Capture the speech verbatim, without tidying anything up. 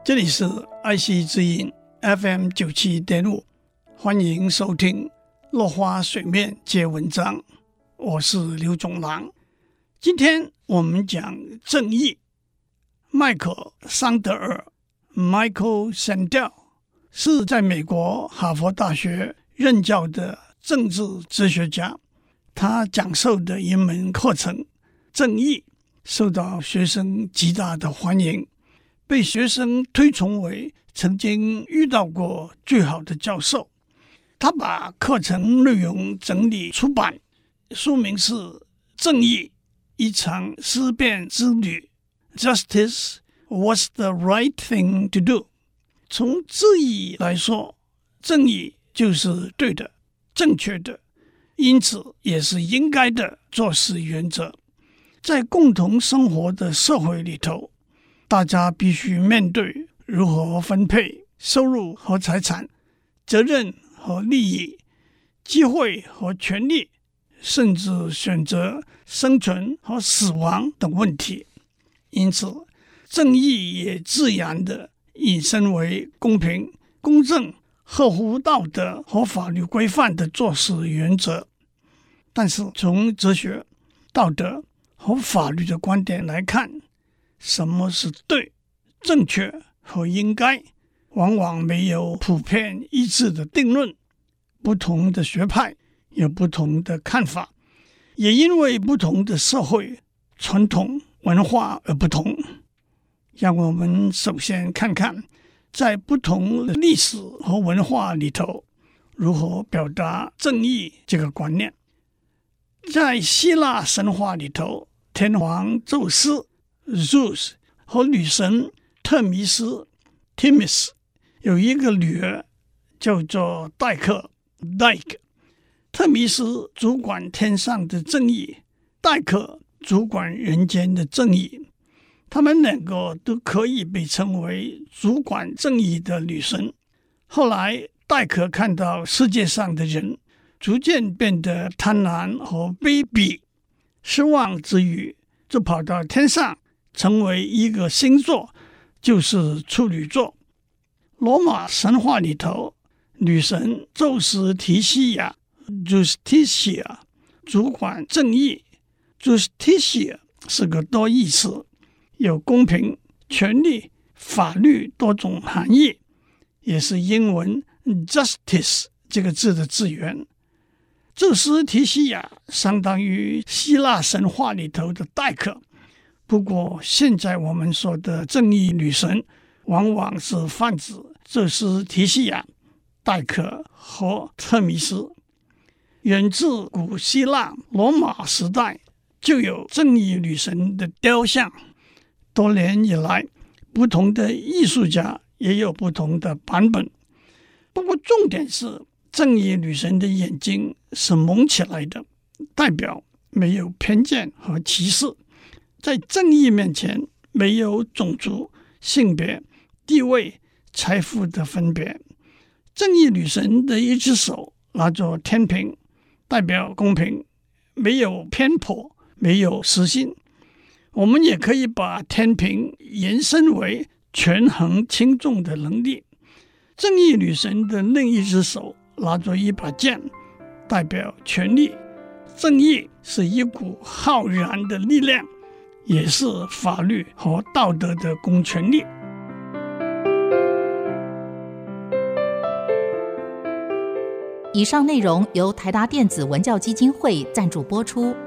这里是爱惜之音 F M 九十七点五， 欢迎收听落花水面皆文章，我是刘总郎。今天我们讲正义。迈克桑德尔 Michael Sandel 是在美国哈佛大学任教的政治哲学家，他讲授的一门课程正义受到学生极大的欢迎，被学生推崇为曾经遇到过最好的教授。他把课程内容整理出版，书名是《正义：一场思辨之旅》 Justice was the right thing to do。 从字义来说，正义就是对的、正确的，因此也是应该的做事原则。在共同生活的社会里头，大家必须面对如何分配收入和财产、责任和利益、机会和权利，甚至选择生存和死亡等问题。因此，正义也自然地引申为公平、公正、合乎道德和法律规范的做事原则。但是从哲学、道德和法律的观点来看，什么是对、正确和应该，往往没有普遍一致的定论，不同的学派有不同的看法，也因为不同的社会传统文化而不同。让我们首先看看在不同的历史和文化里头如何表达正义这个观念。在希腊神话里头，天皇宙斯 Zeus 和女神特弥斯 Themis 有一个女儿叫做戴克 Dike。 特弥斯主管天上的正义，戴克主管人间的正义，他们两个都可以被称为主管正义的女神。后来戴克看到世界上的人逐渐变得贪婪和卑鄙，失望之余就跑到天上，成为一个星座，就是处女座。罗马神话里头，女神宙斯提西亚 Justitia 主管正义。 Justitia 是个多义词，有公平、权利、法律多种含义，也是英文 justice 这个字的字源。宙斯提西亚相当于希腊神话里头的戴克，不过现在我们说的正义女神往往是泛指宙斯提西亚、戴克和特弥斯。远自古希腊罗马时代就有正义女神的雕像，多年以来不同的艺术家也有不同的版本。不过重点是正义女神的眼睛是蒙起来的，代表没有偏见和歧视，在正义面前没有种族、性别、地位、财富的分别。正义女神的一只手拿着天平，代表公平，没有偏颇，没有私心。我们也可以把天平延伸为权衡轻重的能力。正义女神的另一只手拿着一把剑，代表权力。正义是一股浩然的力量，也是法律和道德的公权力。 以上内容由台达电子文教基金会赞助播出。